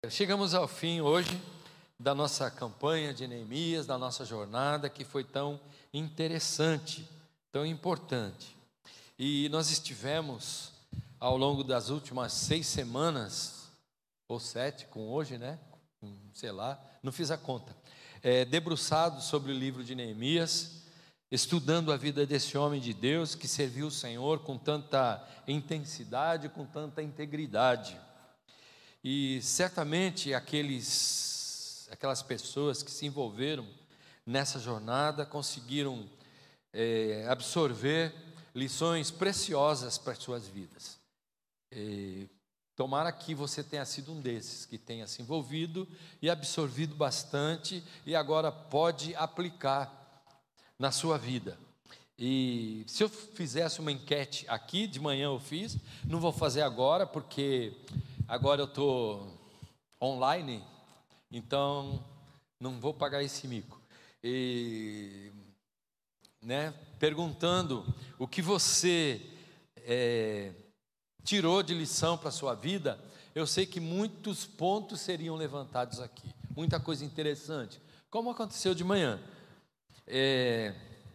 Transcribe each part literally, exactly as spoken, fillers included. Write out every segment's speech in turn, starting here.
Chegamos ao fim hoje da nossa campanha de Neemias, da nossa jornada, que foi tão interessante, tão importante. E nós estivemos, ao longo das últimas seis semanas, ou sete, com hoje, né? Sei lá, não fiz a conta. É, debruçados sobre o livro de Neemias, estudando a vida desse homem de Deus que serviu o Senhor com tanta intensidade, com tanta integridade. E certamente aqueles, aquelas pessoas que se envolveram nessa jornada conseguiram é, absorver lições preciosas para as suas vidas. E tomara que você tenha sido um desses, que tenha se envolvido e absorvido bastante e agora pode aplicar na sua vida. E se eu fizesse uma enquete aqui, de manhã eu fiz, não vou fazer agora porque agora eu estou online, então não vou pagar esse mico. E, né, perguntando o que você é, tirou de lição para a sua vida, eu sei que muitos pontos seriam levantados aqui, muita coisa interessante, como aconteceu de manhã, é,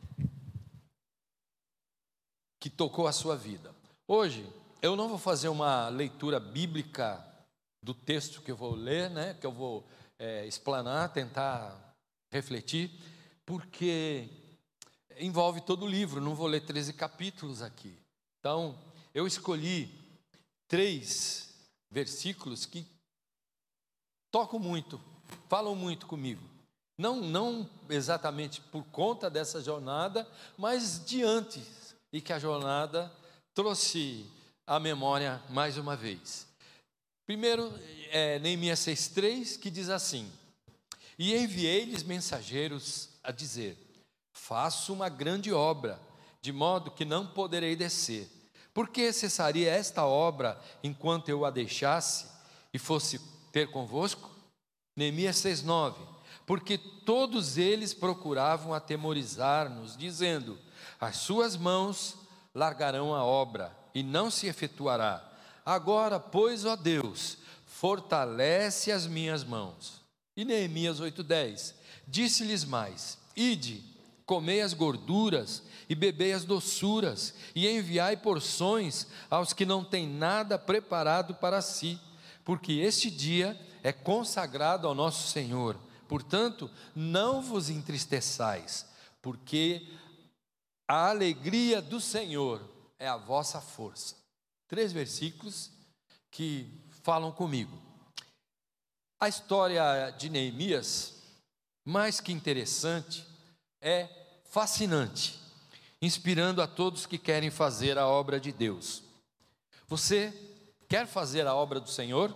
que tocou a sua vida. Hoje eu não vou fazer uma leitura bíblica do texto que eu vou ler, né, que eu vou é, explanar, tentar refletir, porque envolve todo o livro, não vou ler treze capítulos aqui. Então, eu escolhi três versículos que tocam muito, falam muito comigo. Não, não exatamente por conta dessa jornada, mas de antes, e que a jornada trouxe a memória mais uma vez. Primeiro, é, Neemias seis, três, que diz assim: e enviei-lhes mensageiros a dizer, faço uma grande obra, de modo que não poderei descer. Por que cessaria esta obra, enquanto eu a deixasse, e fosse ter convosco? Neemias seis, nove, porque todos eles procuravam atemorizar-nos, dizendo, as suas mãos largarão a obra, e não se efetuará. Agora, pois, ó Deus, fortalece as minhas mãos. E Neemias oito, dez, disse-lhes mais, ide, comei as gorduras, e bebei as doçuras, e enviai porções aos que não têm nada preparado para si, porque este dia é consagrado ao nosso Senhor. Portanto, não vos entristeçais, porque a alegria do Senhor é a vossa força. Três versículos que falam comigo. A história de Neemias, mais que interessante, é fascinante, inspirando a todos que querem fazer a obra de Deus. Você quer fazer a obra do Senhor?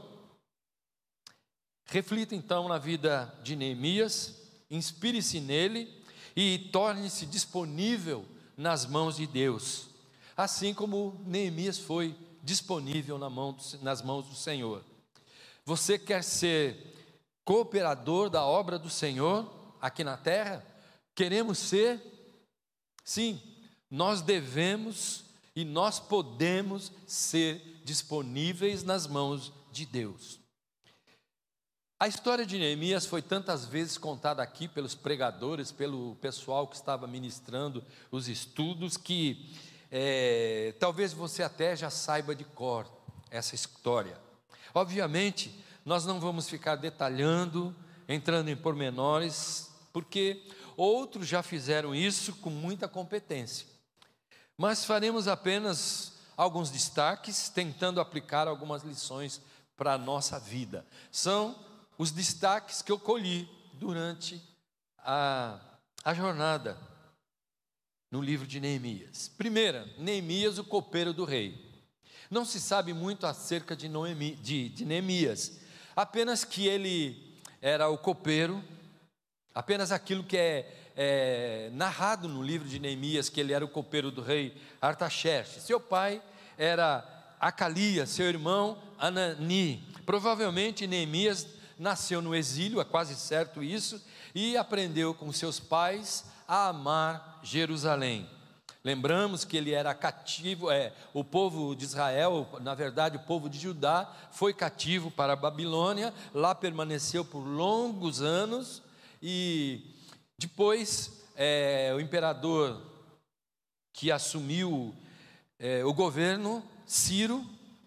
Reflita então na vida de Neemias, inspire-se nele e torne-se disponível nas mãos de Deus, assim como Neemias foi disponível na mão do, nas mãos do Senhor. Você quer ser cooperador da obra do Senhor aqui na terra? Queremos ser? Sim, nós devemos e nós podemos ser disponíveis nas mãos de Deus. A história de Neemias foi tantas vezes contada aqui pelos pregadores, pelo pessoal que estava ministrando os estudos, que é, talvez você até já saiba de cor essa história. Obviamente, nós não vamos ficar detalhando, entrando em pormenores, porque outros já fizeram isso com muita competência. Mas faremos apenas alguns destaques, tentando aplicar algumas lições para a nossa vida. São os destaques que eu colhi durante a, a jornada no livro de Neemias. Primeira, Neemias, o copeiro do rei. Não se sabe muito acerca de, Noemi, de, de Neemias, apenas que ele era o copeiro, apenas aquilo que é, é narrado no livro de Neemias, que ele era o copeiro do rei Artaxerxes. Seu pai era Acalias, seu irmão Anani. Provavelmente Neemias nasceu no exílio, é quase certo isso, e aprendeu com seus pais a amar Jerusalém. Lembramos que ele era cativo, é, o povo de Israel, na verdade o povo de Judá, foi cativo para a Babilônia, lá permaneceu por longos anos, e depois é, o imperador que assumiu é, o governo, Ciro,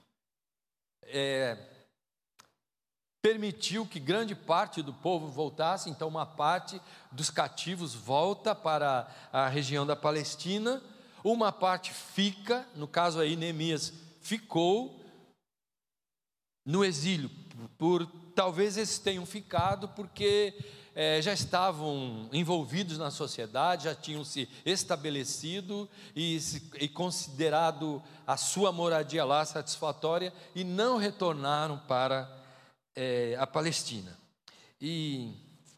é, permitiu que grande parte do povo voltasse, então uma parte dos cativos volta para a região da Palestina, uma parte fica, no caso aí Neemias ficou no exílio, por, talvez eles tenham ficado porque é, já estavam envolvidos na sociedade, já tinham se estabelecido e, e considerado a sua moradia lá satisfatória e não retornaram para É, a Palestina. E,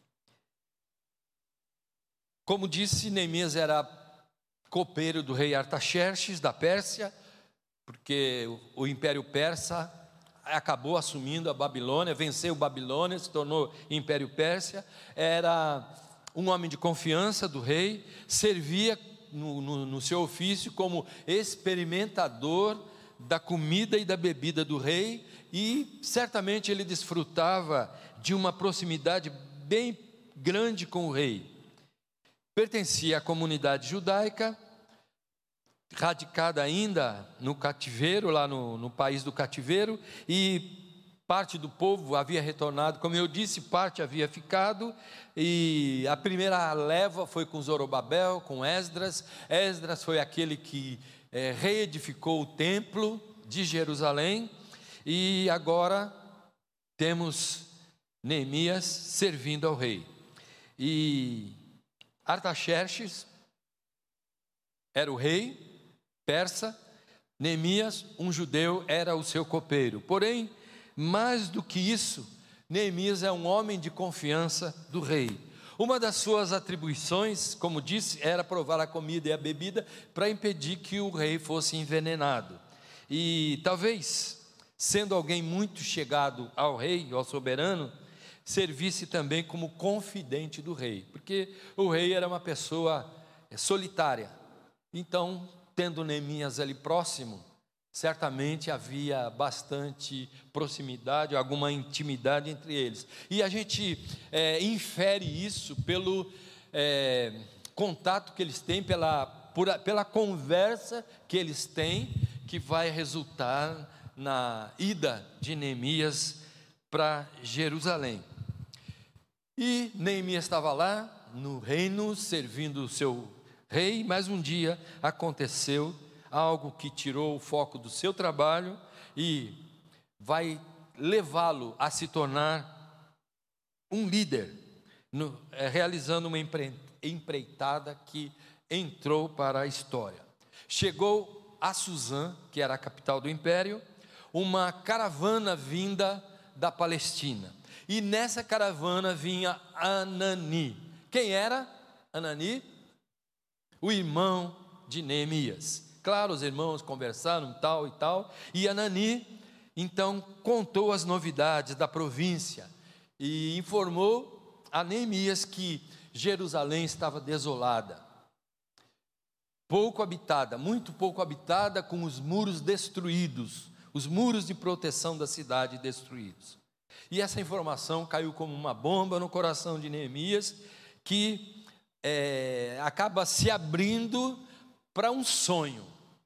como disse, Neemias era copeiro do rei Artaxerxes, da Pérsia, porque o, o Império Persa acabou assumindo a Babilônia, venceu a Babilônia, se tornou Império Persa, era um homem de confiança do rei, servia no, no, no seu ofício como experimentador da comida e da bebida do rei, e certamente ele desfrutava de uma proximidade bem grande com o rei. Pertencia à comunidade judaica, radicada ainda no cativeiro, lá no, no país do cativeiro, e parte do povo havia retornado, como eu disse, parte havia ficado, e a primeira leva foi com Zorobabel, com Esdras. Esdras foi aquele que é, reedificou o templo de Jerusalém, e agora temos Neemias servindo ao rei. E Artaxerxes era o rei persa, Neemias, um judeu, era o seu copeiro. Porém, mais do que isso, Neemias é um homem de confiança do rei. Uma das suas atribuições, como disse, era provar a comida e a bebida para impedir que o rei fosse envenenado. E talvez, sendo alguém muito chegado ao rei, ao soberano, servisse também como confidente do rei, porque o rei era uma pessoa solitária. Então, tendo Neemias ali próximo, certamente havia bastante proximidade, alguma intimidade entre eles. E a gente é, infere isso pelo é, contato que eles têm, pela, por, pela conversa que eles têm, que vai resultar na ida de Neemias para Jerusalém. E Neemias estava lá no reino, servindo o seu rei, mas um dia aconteceu algo que tirou o foco do seu trabalho e vai levá-lo a se tornar um líder, no, é, realizando uma empreitada que entrou para a história. Chegou a Suzã, que era a capital do império, uma caravana vinda da Palestina, e nessa caravana vinha Anani. Quem era Anani? O irmão de Neemias. Claro, os irmãos conversaram tal e tal, e Anani então contou as novidades da província e informou a Neemias que Jerusalém estava desolada, pouco habitada, muito pouco habitada, com os muros destruídos, os muros de proteção da cidade destruídos. E essa informação caiu como uma bomba no coração de Neemias, que é, acaba se abrindo para um sonho,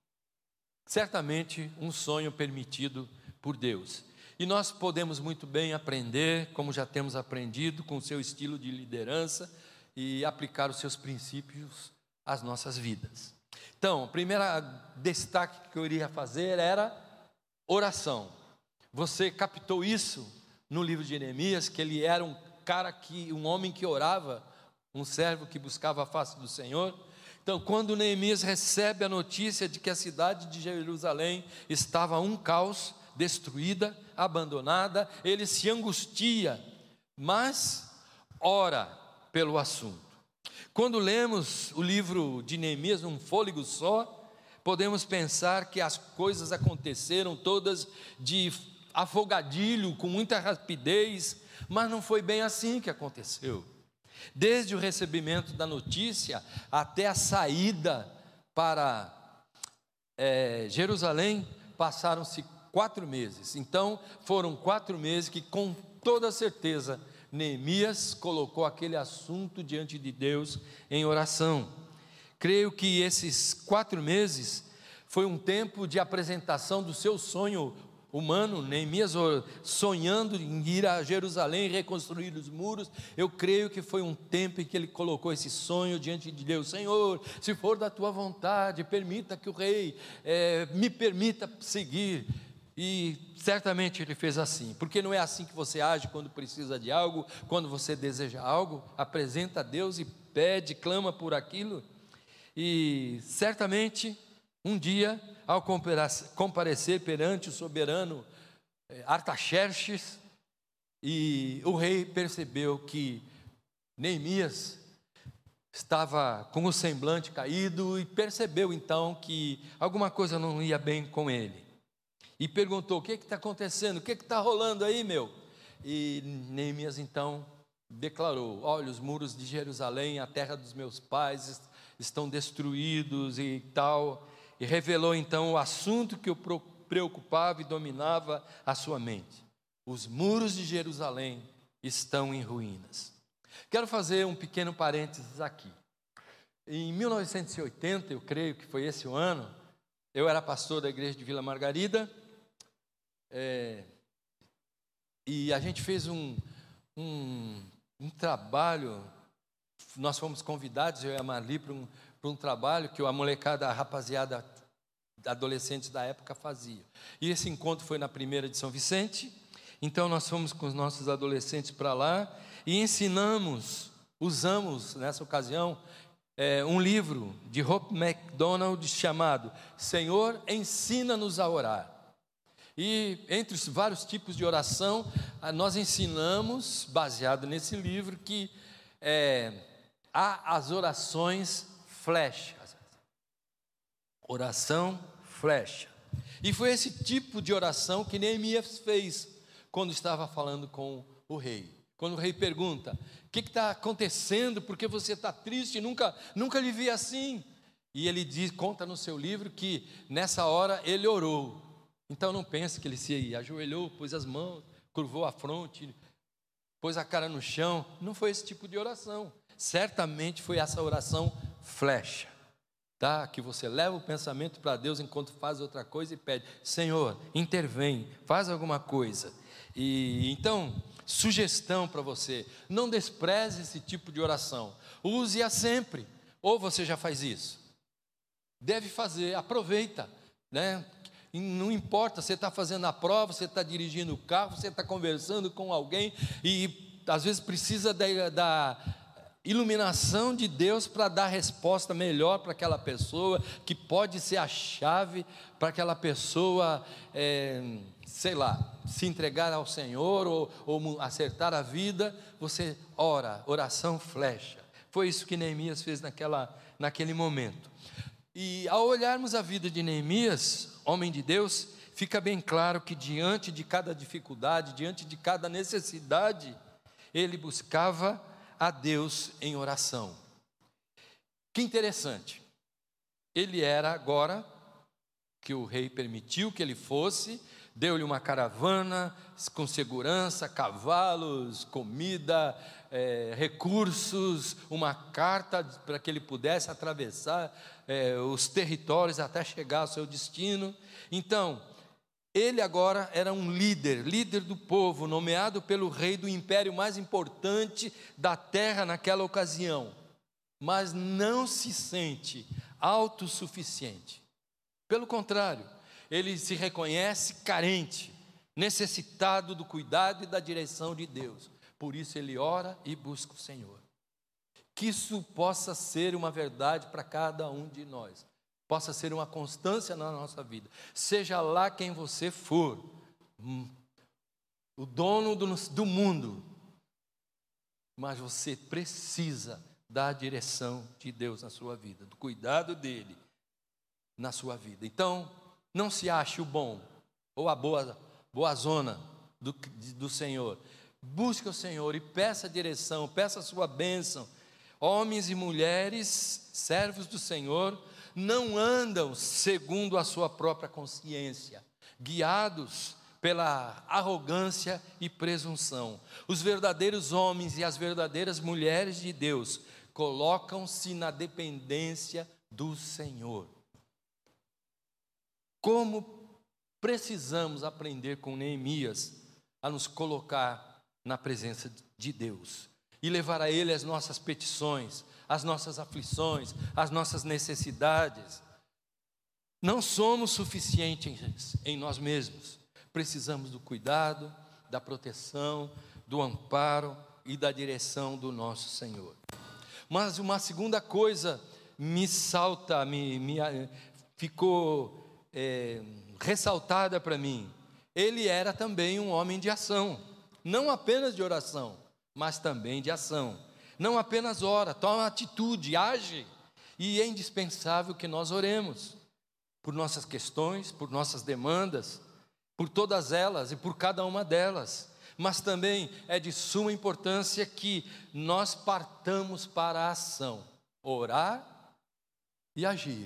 certamente um sonho permitido por Deus. E nós podemos muito bem aprender, como já temos aprendido, com o seu estilo de liderança e aplicar os seus princípios às nossas vidas. Então, o primeiro destaque que eu iria fazer era oração. Você captou isso no livro de Neemias, que ele era um cara que, um homem que orava, um servo que buscava a face do Senhor. Então, quando Neemias recebe a notícia de que a cidade de Jerusalém estava um caos, destruída, abandonada, ele se angustia, mas ora pelo assunto. Quando lemos o livro de Neemias num fôlego só, podemos pensar que as coisas aconteceram todas de afogadilho, com muita rapidez, mas não foi bem assim que aconteceu. Desde o recebimento da notícia até a saída para é, Jerusalém, passaram-se quatro meses. Então, foram quatro meses que, com toda certeza, Neemias colocou aquele assunto diante de Deus em oração. Creio que esses quatro meses foi um tempo de apresentação do seu sonho humano. Neemias sonhando em ir a Jerusalém e reconstruir os muros. Eu creio que foi um tempo em que ele colocou esse sonho diante de Deus. Senhor, se for da tua vontade, permita que o rei é, me permita seguir. E certamente ele fez assim, porque não é assim que você age quando precisa de algo, quando você deseja algo, apresenta a Deus e pede, clama por aquilo. E certamente um dia, ao comparecer perante o soberano Artaxerxes, e o rei percebeu que Neemias estava com o semblante caído e percebeu então que alguma coisa não ia bem com ele. E perguntou: o que está acontecendo? O que está rolando aí, meu? E Neemias então declarou: olha, os muros de Jerusalém, a terra dos meus pais, estão destruídos e tal. E revelou então o assunto que o preocupava e dominava a sua mente: os muros de Jerusalém estão em ruínas. Quero fazer um pequeno parênteses aqui. Em mil novecentos e oitenta, eu creio que foi esse o ano, eu era pastor da igreja de Vila Margarida, é, e a gente fez um, um, um trabalho. Nós fomos convidados, eu e a Marli, para um, para um trabalho que a molecada, a rapaziada, adolescentes da época fazia. E esse encontro foi na primeira de São Vicente. Então nós fomos com os nossos adolescentes para lá e ensinamos, usamos nessa ocasião é, um livro de Hope McDonald chamado Senhor, ensina-nos a orar. E entre os vários tipos de oração, nós ensinamos, baseado nesse livro, que é, há as orações flecha. Oração flecha. E foi esse tipo de oração que Neemias fez quando estava falando com o rei. Quando o rei pergunta: o que está acontecendo? Por que você está triste? Nunca, nunca lhe vi assim. E ele diz, conta no seu livro que nessa hora ele orou. Então não pense que ele se ajoelhou, pôs as mãos, curvou a fronte, pôs a cara no chão. Não foi esse tipo de oração. Certamente foi essa oração flecha, tá? Que você leva o pensamento para Deus enquanto faz outra coisa e pede: Senhor, intervém, faz alguma coisa. E então, sugestão para você: não despreze esse tipo de oração, use-a sempre. Ou você já faz isso? Deve fazer, aproveita, né? Não importa, você está fazendo a prova, você está dirigindo o carro, você está conversando com alguém e às vezes precisa da, da iluminação de Deus para dar resposta melhor para aquela pessoa, que pode ser a chave para aquela pessoa, é, sei lá, se entregar ao Senhor ou, ou acertar a vida. Você ora, oração flecha. Foi isso que Neemias fez naquela, naquele momento. E ao olharmos a vida de Neemias, homem de Deus, fica bem claro que diante de cada dificuldade, diante de cada necessidade, ele buscava a Deus em oração. Que interessante, ele era agora, que o rei permitiu que ele fosse, deu-lhe uma caravana com segurança, cavalos, comida, é, recursos, uma carta para que ele pudesse atravessar é, os territórios até chegar ao seu destino. Então, ele agora era um líder, líder do povo, nomeado pelo rei do império mais importante da terra naquela ocasião, mas não se sente autossuficiente. Pelo contrário, ele se reconhece carente, necessitado do cuidado e da direção de Deus. Por isso ele ora e busca o Senhor. Que isso possa ser uma verdade para cada um de nós, possa ser uma constância na nossa vida. Seja lá quem você for, o dono do, do mundo, mas você precisa da direção de Deus na sua vida, do cuidado dele na sua vida. Então, não se ache o bom ou a boa, boa zona do, do Senhor. Busque o Senhor e peça a direção, peça a sua bênção. Homens e mulheres, servos do Senhor, não andam segundo a sua própria consciência, guiados pela arrogância e presunção. Os verdadeiros homens e as verdadeiras mulheres de Deus colocam-se na dependência do Senhor. Como precisamos aprender com Neemias a nos colocar na presença de Deus e levar a Ele as nossas petições, as nossas aflições, as nossas necessidades. Não somos suficientes em nós mesmos. Precisamos do cuidado, da proteção, do amparo e da direção do nosso Senhor. Mas uma segunda coisa me salta, me, me ficou é, ressaltada para mim. Ele era também um homem de ação, não apenas de oração, mas também de ação. Não apenas ora, toma atitude, age, e é indispensável que nós oremos por nossas questões, por nossas demandas, por todas elas e por cada uma delas. Mas também é de suma importância que nós partamos para a ação, orar e agir.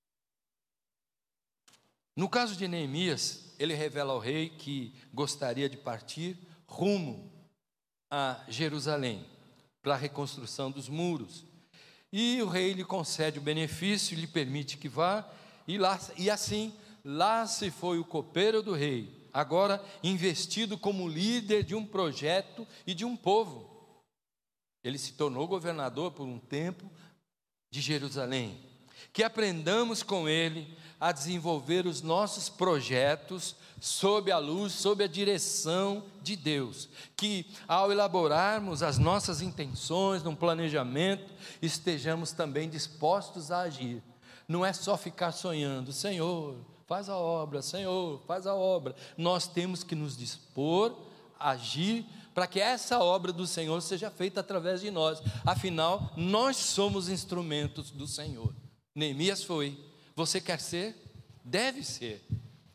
No caso de Neemias, ele revela ao rei que gostaria de partir rumo a Jerusalém, para a reconstrução dos muros. E o rei lhe concede o benefício, lhe permite que vá, e, lá, e assim, lá se foi o copeiro do rei, agora investido como líder de um projeto e de um povo. Ele se tornou governador por um tempo de Jerusalém. Que aprendamos com ele a desenvolver os nossos projetos sob a luz, sob a direção de Deus. Que ao elaborarmos as nossas intenções num planejamento, estejamos também dispostos a agir. Não é só ficar sonhando, Senhor, faz a obra, Senhor, faz a obra. Nós temos que nos dispor a agir para que essa obra do Senhor seja feita através de nós. Afinal, nós somos instrumentos do Senhor. Neemias foi. Você quer ser? Deve ser.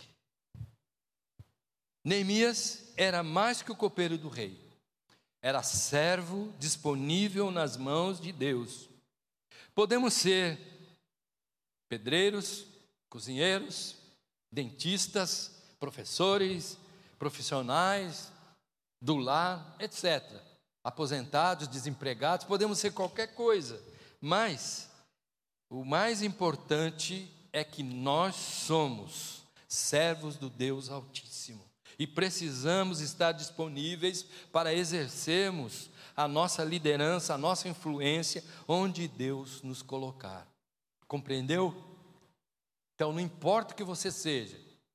Neemias era mais que o copeiro do rei. Era servo disponível nas mãos de Deus. Podemos ser pedreiros, cozinheiros, dentistas, professores, profissionais do lar, etcétera. Aposentados, desempregados, podemos ser qualquer coisa, mas o mais importante é que nós somos servos do Deus Altíssimo e precisamos estar disponíveis para exercermos a nossa liderança, a nossa influência onde Deus nos colocar. Compreendeu? Então não importa o que você seja,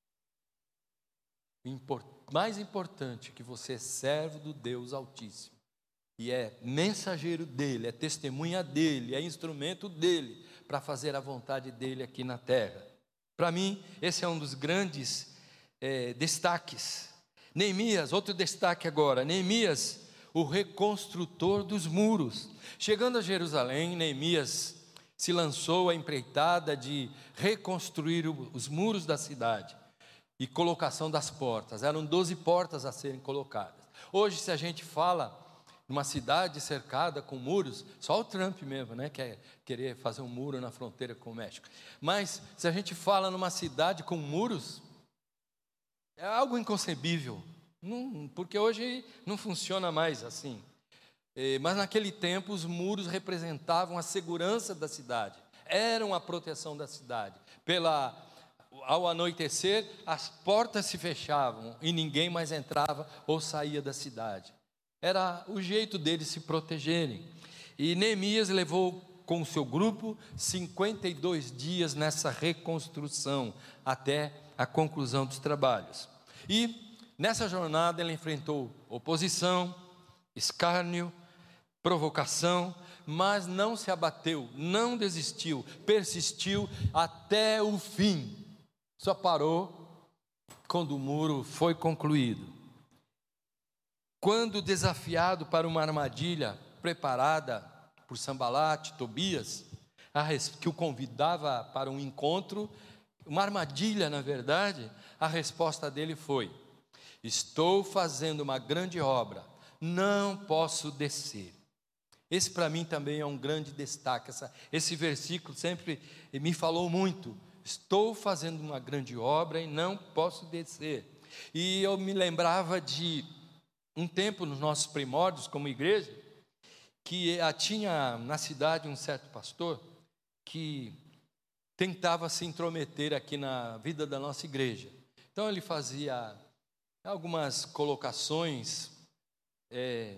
o mais importante é que você é servo do Deus Altíssimo e é mensageiro dele, é testemunha dele, é instrumento dele para fazer a vontade dele aqui na terra. Para mim, esse é um dos grandes é, destaques. Neemias, outro destaque agora, Neemias, o reconstrutor dos muros. Chegando a Jerusalém, Neemias se lançou à empreitada de reconstruir os muros da cidade e colocação das portas. Eram doze portas a serem colocadas. Hoje, se a gente fala numa cidade cercada com muros, só o Trump mesmo, né, quer querer fazer um muro na fronteira com o México. Mas se a gente fala numa cidade com muros, é algo inconcebível, não, porque hoje não funciona mais assim. É, mas naquele tempo os muros representavam a segurança da cidade, eram a proteção da cidade. Pela, ao anoitecer, as portas se fechavam e ninguém mais entrava ou saía da cidade. Era o jeito deles se protegerem. E Neemias levou com o seu grupo cinquenta e dois dias nessa reconstrução, até a conclusão dos trabalhos. E nessa jornada ele enfrentou oposição, escárnio, provocação, mas não se abateu, não desistiu, persistiu até o fim. Só parou quando o muro foi concluído. Quando desafiado para uma armadilha preparada por Sambalate, Tobias, que o convidava para um encontro, uma armadilha na verdade, a resposta dele foi: estou fazendo uma grande obra, não posso descer. Esse para mim também é um grande destaque. Essa, esse versículo sempre me falou muito. Estou fazendo uma grande obra e não posso descer. E eu me lembrava de um tempo nos nossos primórdios como igreja, que tinha na cidade um certo pastor que tentava se intrometer aqui na vida da nossa igreja. Então ele fazia algumas colocações é,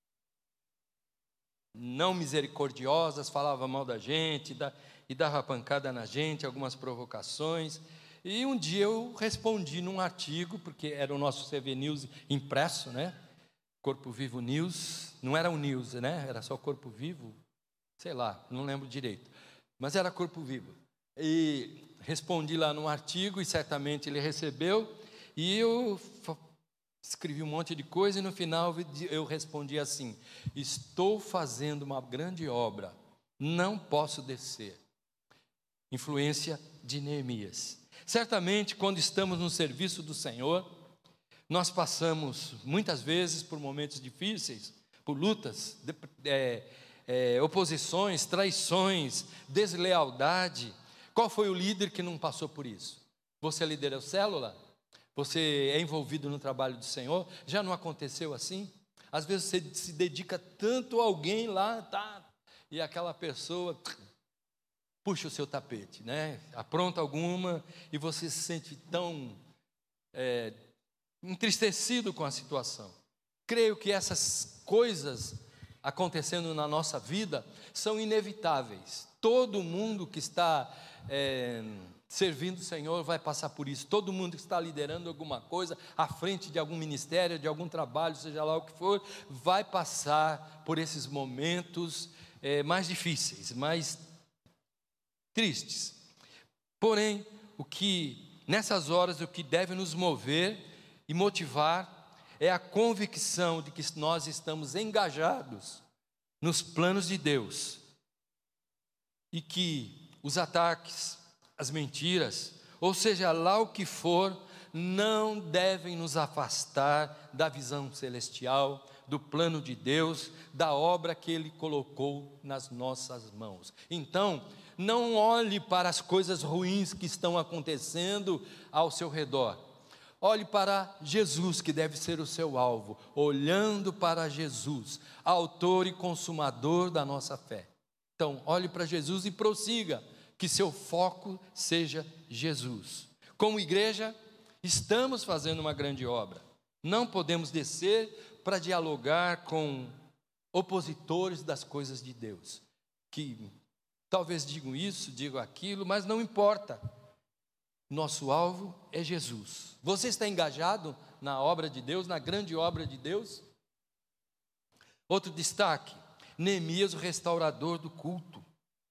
não misericordiosas, falava mal da gente da, e dava pancada na gente, algumas provocações. E um dia eu respondi num artigo, porque era o nosso C V News impresso, né? Corpo Vivo News, não era o News, né? Era só Corpo Vivo, sei lá, não lembro direito, mas era Corpo Vivo. E respondi lá num artigo, e certamente ele recebeu, e eu escrevi um monte de coisa, e no final eu respondi assim: estou fazendo uma grande obra, não posso descer. Influência de Neemias. Certamente, quando estamos no serviço do Senhor, nós passamos muitas vezes por momentos difíceis, por lutas, de, é, é, oposições, traições, deslealdade. Qual foi o líder que não passou por isso? Você lidera a célula? Você é envolvido no trabalho do Senhor? Já não aconteceu assim? Às vezes você se dedica tanto a alguém lá, tá, e aquela pessoa puxa o seu tapete, né? Apronta alguma e você se sente tão é, entristecido com a situação. Creio que essas coisas acontecendo na nossa vida são inevitáveis. Todo mundo que está é, servindo o Senhor vai passar por isso. Todo mundo que está liderando alguma coisa, à frente de algum ministério, de algum trabalho, seja lá o que for, vai passar por esses momentos é, mais difíceis, mais tristes. Porém, o que nessas horas o que deve nos mover e motivar é a convicção de que nós estamos engajados nos planos de Deus e que os ataques, as mentiras, ou seja lá o que for, não devem nos afastar da visão celestial, do plano de Deus, da obra que Ele colocou nas nossas mãos. Então, não olhe para as coisas ruins que estão acontecendo ao seu redor. Olhe para Jesus, que deve ser o seu alvo. Olhando para Jesus, autor e consumador da nossa fé. Então, olhe para Jesus e prossiga, que seu foco seja Jesus. Como igreja, estamos fazendo uma grande obra. Não podemos descer para dialogar com opositores das coisas de Deus, que talvez digam isso, digam aquilo, mas não importa. Nosso alvo é Jesus. Você está engajado na obra de Deus, na grande obra de Deus? Outro destaque: Neemias, o restaurador do culto.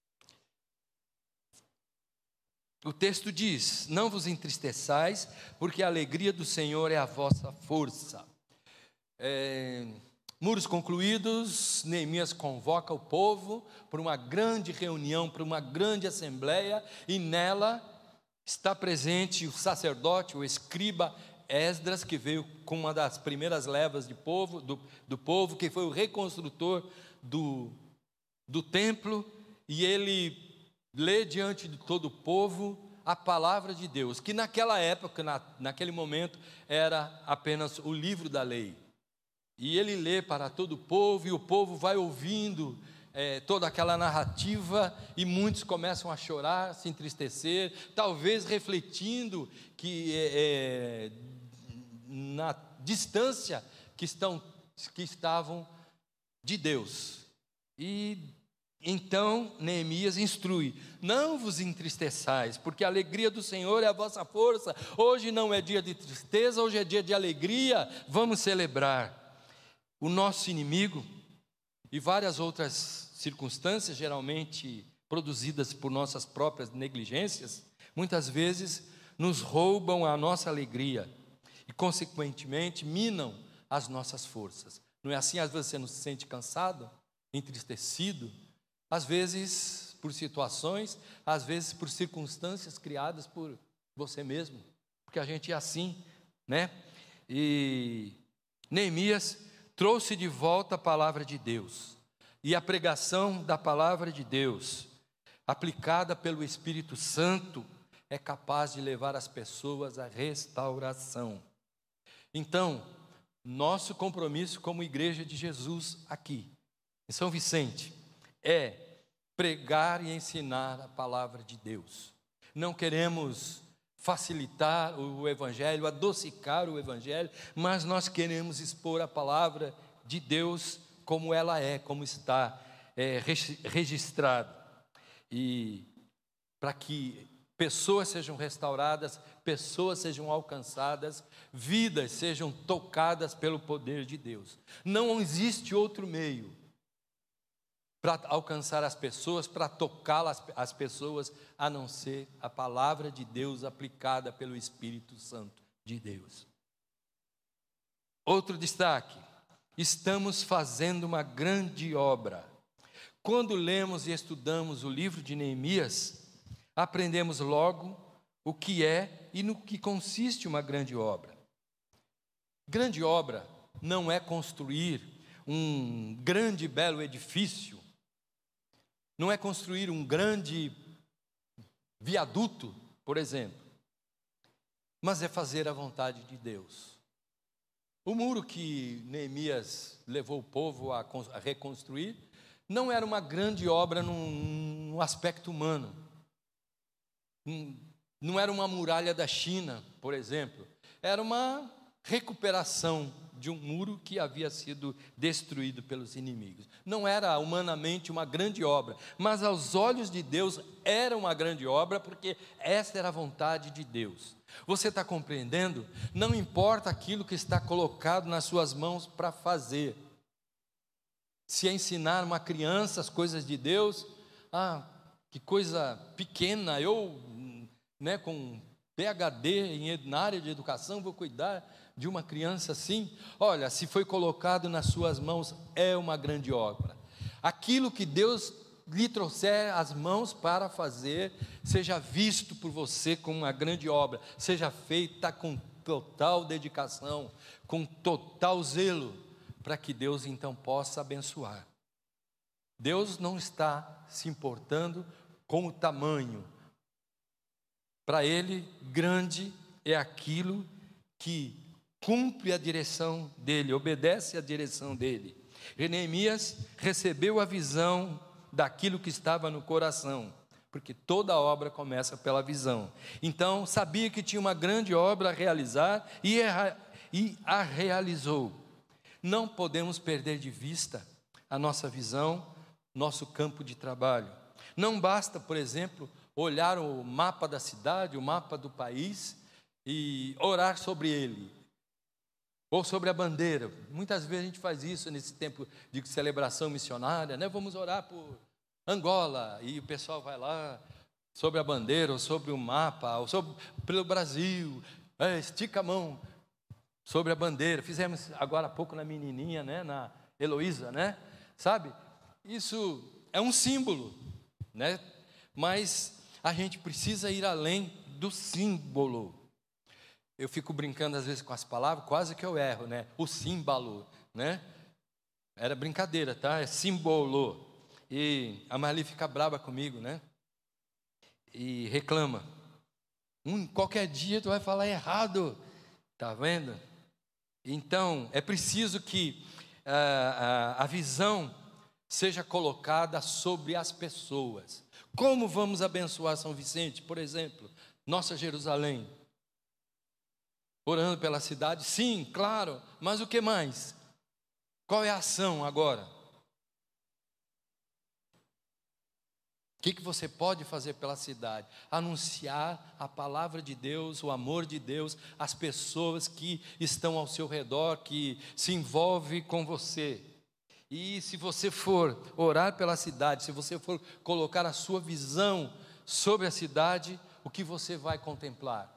O texto diz: não vos entristeçais, porque a alegria do Senhor é a vossa força. É, muros concluídos, Neemias convoca o povo para uma grande reunião, para uma grande assembleia, e nela está presente o sacerdote, o escriba Esdras, que veio com uma das primeiras levas de povo, do, do povo, que foi o reconstrutor do, do templo, e ele lê diante de todo o povo a palavra de Deus, que naquela época, na, naquele momento, era apenas o livro da lei. E ele lê para todo o povo, e o povo vai ouvindo é, toda aquela narrativa, e muitos começam a chorar, se entristecer, talvez refletindo que é, é, na distância que, estão, que estavam de Deus. E então Neemias instrui: não vos entristeçais, porque a alegria do Senhor é a vossa força. Hoje não é dia de tristeza, hoje é dia de alegria, vamos celebrar. O nosso inimigo e várias outras circunstâncias, geralmente produzidas por nossas próprias negligências, muitas vezes nos roubam a nossa alegria e, consequentemente, minam as nossas forças. Não é assim? Às vezes você não se sente cansado, entristecido, às vezes por situações, às vezes por circunstâncias criadas por você mesmo, porque a gente é assim, né? E Neemias trouxe de volta a palavra de Deus. E a pregação da palavra de Deus, aplicada pelo Espírito Santo, é capaz de levar as pessoas à restauração. Então, nosso compromisso como Igreja de Jesus aqui, em São Vicente, é pregar e ensinar a palavra de Deus. Não queremos facilitar o Evangelho, adocicar o Evangelho, mas nós queremos expor a palavra de Deus como ela é, como está é, registrado. E para que pessoas sejam restauradas, pessoas sejam alcançadas, vidas sejam tocadas pelo poder de Deus. Não existe outro meio para alcançar as pessoas, para tocá-las as pessoas, a não ser a palavra de Deus aplicada pelo Espírito Santo de Deus. Outro destaque: estamos fazendo uma grande obra. Quando lemos e estudamos o livro de Neemias, aprendemos logo o que é e no que consiste uma grande obra. Grande obra não é construir um grande e belo edifício, não é construir um grande viaduto, por exemplo, mas é fazer a vontade de Deus. O muro que Neemias levou o povo a reconstruir não era uma grande obra num aspecto humano. Não era uma muralha da China, por exemplo. Era uma recuperação de um muro que havia sido destruído pelos inimigos. Não era humanamente uma grande obra, mas aos olhos de Deus era uma grande obra, porque essa era a vontade de Deus. Você está compreendendo? Não importa aquilo que está colocado nas suas mãos para fazer. Se é ensinar uma criança as coisas de Deus, ah, que coisa pequena, eu, né, com P H D em, na área de educação, vou cuidar de uma criança assim. Olha, se foi colocado nas suas mãos, é uma grande obra. Aquilo que Deus lhe trouxer as mãos para fazer, seja visto por você como uma grande obra, seja feita com total dedicação, com total zelo, para que Deus então possa abençoar. Deus não está se importando com o tamanho. Para Ele, grande é aquilo que cumpre a direção dEle, obedece à direção dEle. Neemias recebeu a visão daquilo que estava no coração, porque toda obra começa pela visão. Então, sabia que tinha uma grande obra a realizar e a realizou. Não podemos perder de vista a nossa visão, nosso campo de trabalho. Não basta, por exemplo, olhar o mapa da cidade, o mapa do país e orar sobre ele, ou sobre a bandeira. Muitas vezes a gente faz isso nesse tempo de celebração missionária, né? Vamos orar por Angola, e o pessoal vai lá sobre a bandeira, ou sobre o mapa, ou sobre, pelo Brasil, é, estica a mão sobre a bandeira. Fizemos agora há pouco na menininha, né? Na Heloísa, né? Sabe? Isso é um símbolo, né? Mas a gente precisa ir além do símbolo. Eu fico brincando às vezes com as palavras, quase que eu erro, né? O símbolo, né? Era brincadeira, tá? É símbolo. E a Marli fica brava comigo, né? E reclama. Hum, qualquer dia tu vai falar errado. Tá vendo? Então, é preciso que a, a, a visão seja colocada sobre as pessoas. Como vamos abençoar São Vicente, por exemplo, nossa Jerusalém? Orando pela cidade? Sim, claro, mas o que mais? Qual é a ação agora? O que, que você pode fazer pela cidade? Anunciar a palavra de Deus, o amor de Deus, às pessoas que estão ao seu redor, que se envolvem com você. E se você for orar pela cidade, se você for colocar a sua visão sobre a cidade, o que você vai contemplar?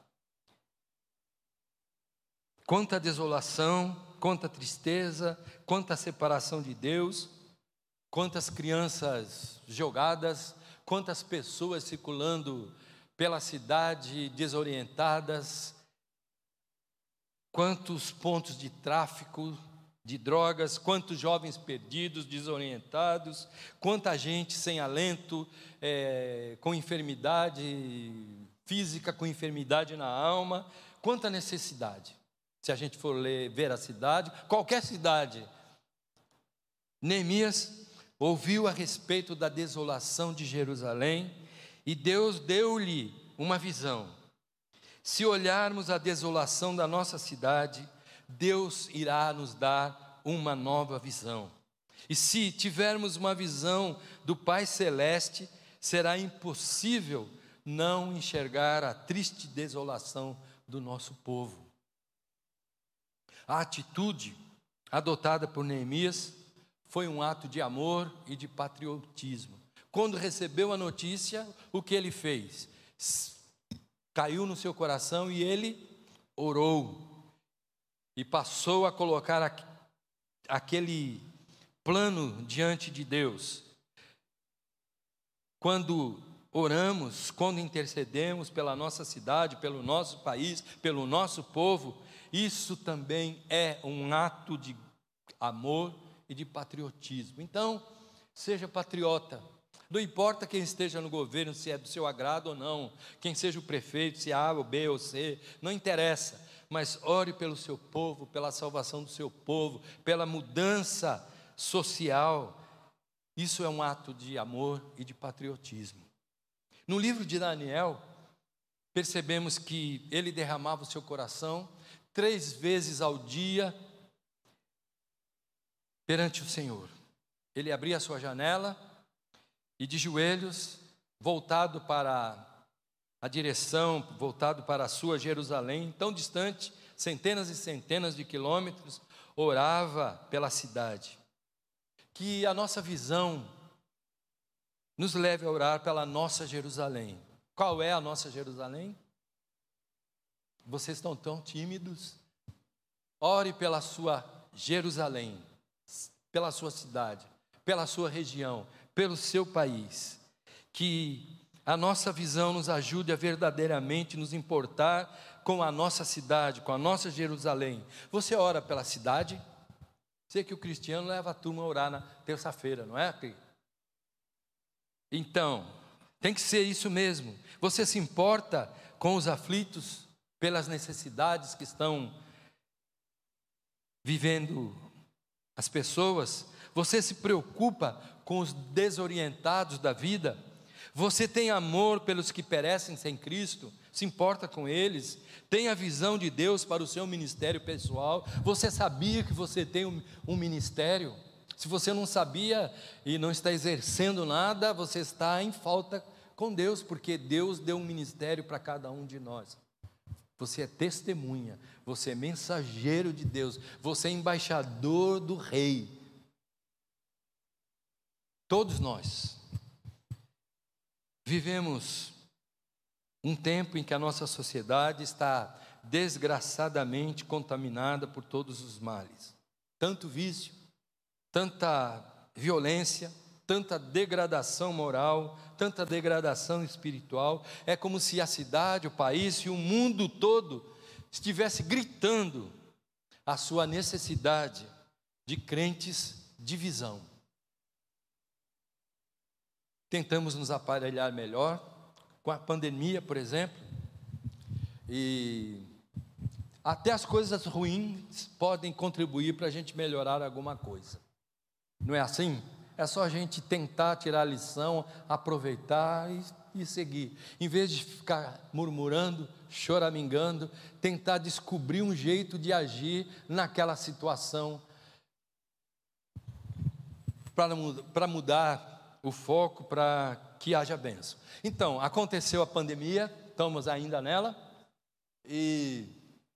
Quanta desolação, quanta tristeza, quanta separação de Deus, quantas crianças jogadas, quantas pessoas circulando pela cidade desorientadas, quantos pontos de tráfico de drogas, quantos jovens perdidos, desorientados, quanta gente sem alento, é, com enfermidade física, com enfermidade na alma, quanta necessidade. Se a gente for ler, ver a cidade, qualquer cidade, Neemias ouviu a respeito da desolação de Jerusalém e Deus deu-lhe uma visão. Se olharmos a desolação da nossa cidade, Deus irá nos dar uma nova visão. E se tivermos uma visão do Pai Celeste, será impossível não enxergar a triste desolação do nosso povo. A atitude adotada por Neemias foi um ato de amor e de patriotismo. Quando recebeu a notícia, o que ele fez? Caiu no seu coração e ele orou. E passou a colocar aquele plano diante de Deus. Quando oramos, quando intercedemos pela nossa cidade, pelo nosso país, pelo nosso povo, isso também é um ato de amor e de patriotismo. Então, seja patriota. Não importa quem esteja no governo, se é do seu agrado ou não, quem seja o prefeito, se é A ou B ou C, não interessa. Mas ore pelo seu povo, pela salvação do seu povo, pela mudança social. Isso é um ato de amor e de patriotismo. No livro de Daniel, percebemos que ele derramava o seu coração três vezes ao dia perante o Senhor. Ele abria a sua janela e de joelhos, voltado para a direção, voltado para a sua Jerusalém, tão distante, centenas e centenas de quilômetros, orava pela cidade. Que a nossa visão nos leve a orar pela nossa Jerusalém. Qual é a nossa Jerusalém? Vocês estão tão tímidos? Ore pela sua Jerusalém, pela sua cidade, pela sua região, pelo seu país. Que a nossa visão nos ajude a verdadeiramente nos importar com a nossa cidade, com a nossa Jerusalém. Você ora pela cidade? Sei que o cristiano leva a turma a orar na terça-feira, não é? Então, tem que ser isso mesmo. Você se importa com os aflitos, pelas necessidades que estão vivendo as pessoas? Você se preocupa com os desorientados da vida? Você tem amor pelos que perecem sem Cristo? Se importa com eles? Tem a visão de Deus para o seu ministério pessoal? Você sabia que você tem um, um ministério? Se você não sabia e não está exercendo nada, você está em falta com Deus, porque Deus deu um ministério para cada um de nós. Você é testemunha, você é mensageiro de Deus, você é embaixador do Rei. Todos nós vivemos um tempo em que a nossa sociedade está desgraçadamente contaminada por todos os males. Tanto vício, tanta violência, tanta degradação moral, tanta degradação espiritual. É como se a cidade, o país e o mundo todo estivesse gritando a sua necessidade de crentes de visão. Tentamos nos aparelhar melhor com a pandemia, por exemplo, e até as coisas ruins podem contribuir para a gente melhorar alguma coisa. Não é assim? É só a gente tentar tirar a lição, aproveitar e, e seguir. Em vez de ficar murmurando, choramingando, tentar descobrir um jeito de agir naquela situação para mudar o foco, para que haja bênção. Então, aconteceu a pandemia, estamos ainda nela, e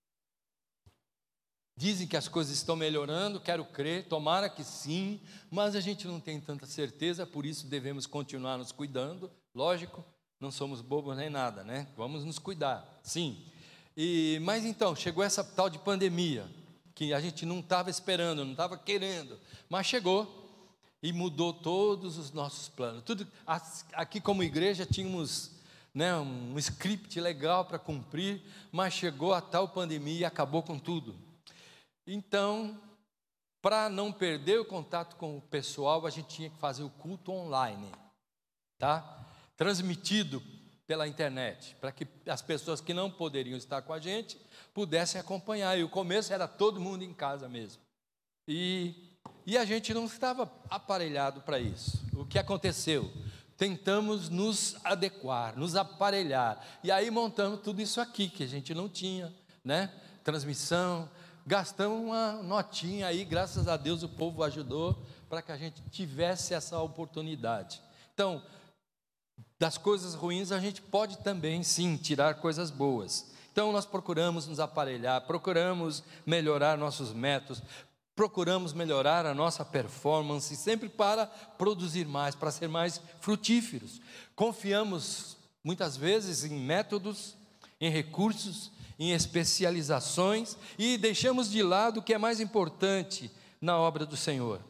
dizem que as coisas estão melhorando, quero crer, tomara que sim, mas a gente não tem tanta certeza, por isso devemos continuar nos cuidando, lógico, não somos bobos nem nada, né? Vamos nos cuidar, sim. E, mas então, chegou essa tal de pandemia, que a gente não estava esperando, não estava querendo, mas chegou e mudou todos os nossos planos. Tudo, aqui como igreja tínhamos, né, um script legal para cumprir, mas chegou a tal pandemia e acabou com tudo. Então, para não perder o contato com o pessoal, a gente tinha que fazer o culto online, tá? Transmitido pela internet, para que as pessoas que não poderiam estar com a gente pudessem acompanhar. E o começo era todo mundo em casa mesmo. E, e a gente não estava aparelhado para isso. O que aconteceu? Tentamos nos adequar, nos aparelhar. E aí montamos tudo isso aqui, que a gente não tinha, né? Transmissão. Gastamos uma notinha aí, graças a Deus o povo ajudou para que a gente tivesse essa oportunidade. Então, das coisas ruins a gente pode também, sim, tirar coisas boas. Então, nós procuramos nos aparelhar, procuramos melhorar nossos métodos, procuramos melhorar a nossa performance, sempre para produzir mais, para ser mais frutíferos. Confiamos, muitas vezes, em métodos, em recursos, em especializações, e deixamos de lado o que é mais importante na obra do Senhor.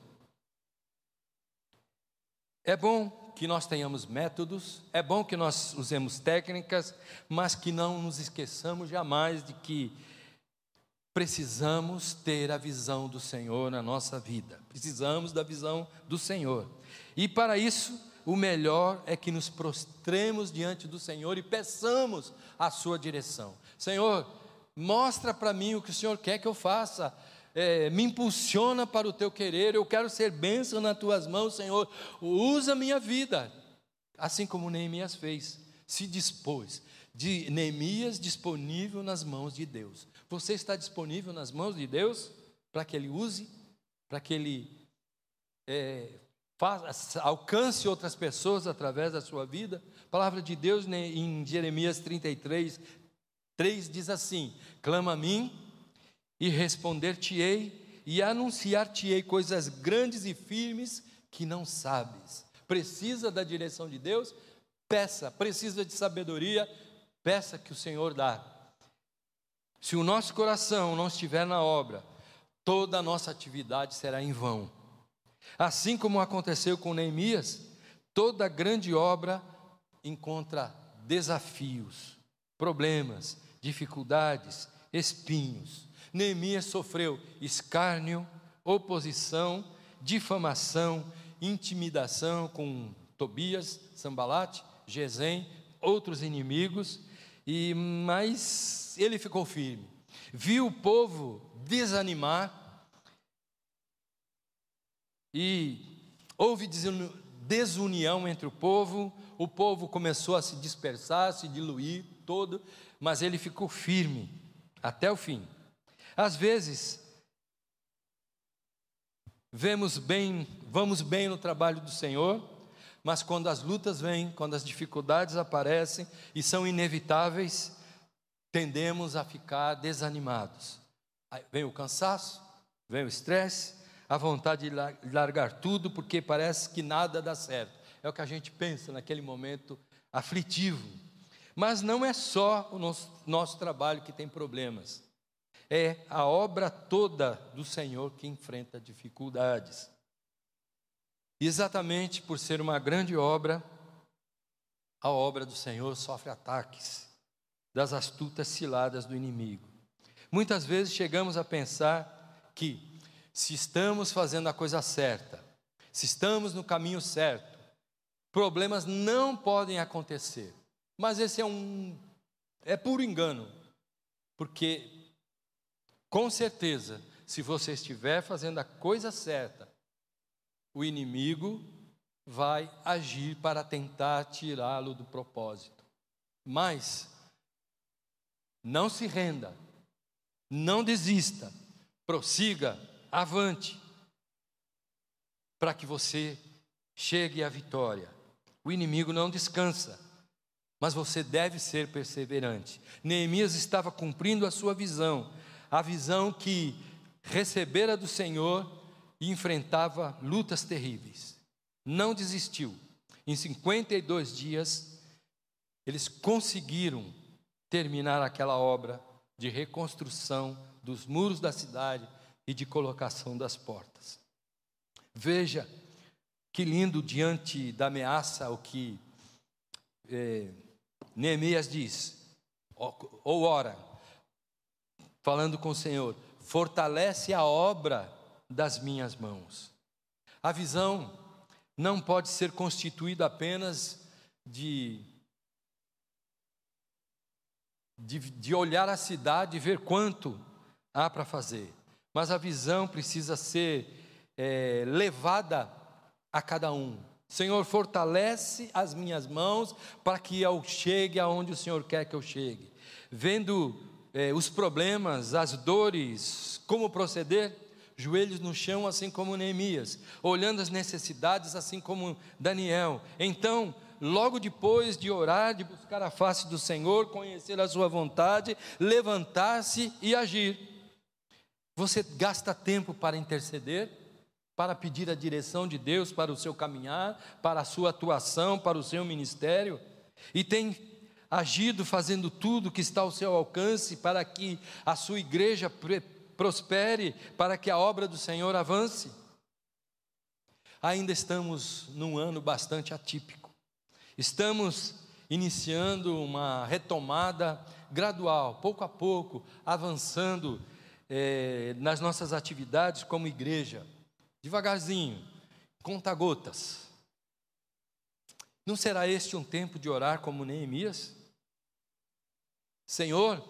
É bom que nós tenhamos métodos, é bom que nós usemos técnicas, mas que não nos esqueçamos jamais de que precisamos ter a visão do Senhor na nossa vida, precisamos da visão do Senhor, e para isso, o melhor é que nos prostremos diante do Senhor e peçamos a sua direção. Senhor, mostra para mim o que o Senhor quer que eu faça, É, me impulsiona para o teu querer, eu quero ser bênção nas tuas mãos, Senhor, usa a minha vida, assim como Neemias fez, se dispôs, de Neemias disponível nas mãos de Deus. Você está disponível nas mãos de Deus, para que Ele use, para que Ele é, faça, alcance outras pessoas através da sua vida? A palavra de Deus, né, em Jeremias trinta e três, três diz assim: clama a mim, e responder-te-ei, e anunciar-te-ei coisas grandes e firmes que não sabes. Precisa da direção de Deus? Peça. Precisa de sabedoria? Peça, que o Senhor dá. Se o nosso coração não estiver na obra, toda a nossa atividade será em vão. Assim como aconteceu com Neemias, toda grande obra encontra desafios, problemas, dificuldades, espinhos. Neemias sofreu escárnio, oposição, difamação, intimidação com Tobias, Sambalate, Gesem, outros inimigos, e, mas ele ficou firme. Viu o povo desanimar e houve desunião entre o povo, o povo começou a se dispersar, a se diluir todo, mas ele ficou firme até o fim. Às vezes, vemos bem, vamos bem no trabalho do Senhor, mas quando as lutas vêm, quando as dificuldades aparecem e são inevitáveis, tendemos a ficar desanimados. Aí vem o cansaço, vem o estresse, a vontade de largar tudo, porque parece que nada dá certo. É o que a gente pensa naquele momento aflitivo. Mas não é só o nosso, nosso trabalho que tem problemas. É a obra toda do Senhor que enfrenta dificuldades. Exatamente por ser uma grande obra, a obra do Senhor sofre ataques das astutas ciladas do inimigo. Muitas vezes chegamos a pensar que, se estamos fazendo a coisa certa, se estamos no caminho certo, problemas não podem acontecer. Mas esse é um é puro engano, porque com certeza, se você estiver fazendo a coisa certa, o inimigo vai agir para tentar tirá-lo do propósito. Mas não se renda, não desista, prossiga, avante, para que você chegue à vitória. O inimigo não descansa, mas você deve ser perseverante. Neemias estava cumprindo a sua visão, a visão que recebera do Senhor e enfrentava lutas terríveis. Não desistiu. Em cinquenta e dois dias, eles conseguiram terminar aquela obra de reconstrução dos muros da cidade e de colocação das portas. Veja que lindo, diante da ameaça, o que é, Neemias diz, ou ora, falando com o Senhor: fortalece a obra das minhas mãos. A visão não pode ser constituída apenas de, de, de olhar a cidade e ver quanto há para fazer, mas a visão precisa ser é, levada a cada um. Senhor, fortalece as minhas mãos para que eu chegue aonde o Senhor quer que eu chegue. Vendo é, os problemas, as dores, como proceder, joelhos no chão, assim como Neemias, olhando as necessidades, assim como Daniel. Então, logo depois de orar, de buscar a face do Senhor, conhecer a sua vontade, levantar-se e agir. Você gasta tempo para interceder, para pedir a direção de Deus para o seu caminhar, para a sua atuação, para o seu ministério, e tem agido fazendo tudo que está ao seu alcance para que a sua igreja prospere, para que a obra do Senhor avance. Ainda estamos num ano bastante atípico. Estamos iniciando uma retomada gradual, pouco a pouco, avançando eh, nas nossas atividades como igreja, devagarzinho, conta-gotas. Não será este um tempo de orar como Neemias? Senhor,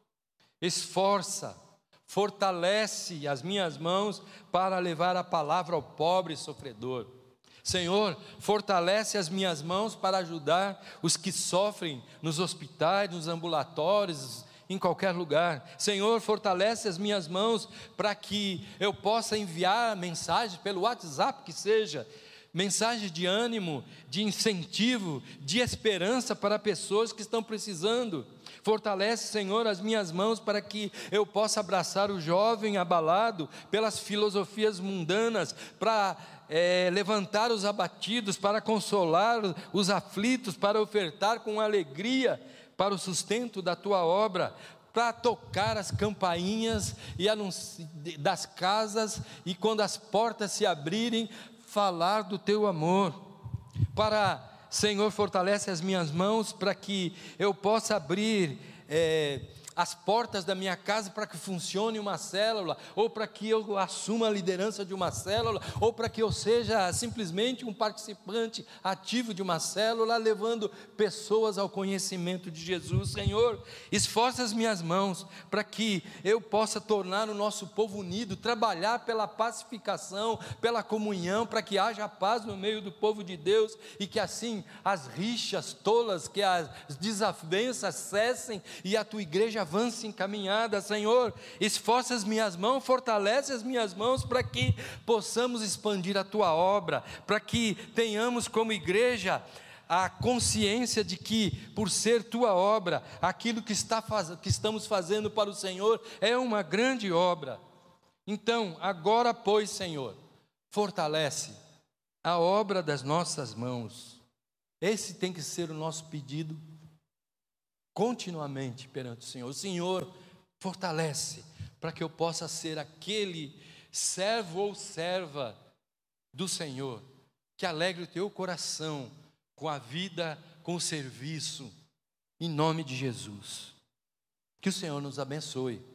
esforça, fortalece as minhas mãos para levar a palavra ao pobre e sofredor. Senhor, fortalece as minhas mãos para ajudar os que sofrem nos hospitais, nos ambulatórios, em qualquer lugar. Senhor, fortalece as minhas mãos para que eu possa enviar mensagens pelo WhatsApp, que seja, mensagens de ânimo, de incentivo, de esperança para pessoas que estão precisando. Fortalece, Senhor, as minhas mãos para que eu possa abraçar o jovem abalado pelas filosofias mundanas, para é, levantar os abatidos, para consolar os aflitos, para ofertar com alegria para o sustento da tua obra, para tocar as campainhas e anunci- das casas, e quando as portas se abrirem, falar do teu amor. Para, Senhor, fortalece as minhas mãos para que eu possa abrir é, as portas da minha casa para que funcione uma célula, ou para que eu assuma a liderança de uma célula, ou para que eu seja simplesmente um participante ativo de uma célula, levando pessoas ao conhecimento de Jesus. Senhor, esforça as minhas mãos para que eu possa tornar o nosso povo unido, trabalhar pela pacificação, pela comunhão, para que haja paz no meio do povo de Deus, e que assim as rixas tolas, que as desavenças cessem e a tua igreja avance encaminhada. Senhor, esforça as minhas mãos, fortalece as minhas mãos para que possamos expandir a tua obra, para que tenhamos como igreja a consciência de que, por ser tua obra, aquilo que, está faz... que estamos fazendo para o Senhor é uma grande obra. Então, agora, pois, Senhor, fortalece a obra das nossas mãos. Esse tem que ser o nosso pedido continuamente perante o Senhor. O Senhor, fortalece para que eu possa ser aquele servo ou serva do Senhor, que alegre o teu coração com a vida, com o serviço, em nome de Jesus. Que o Senhor nos abençoe.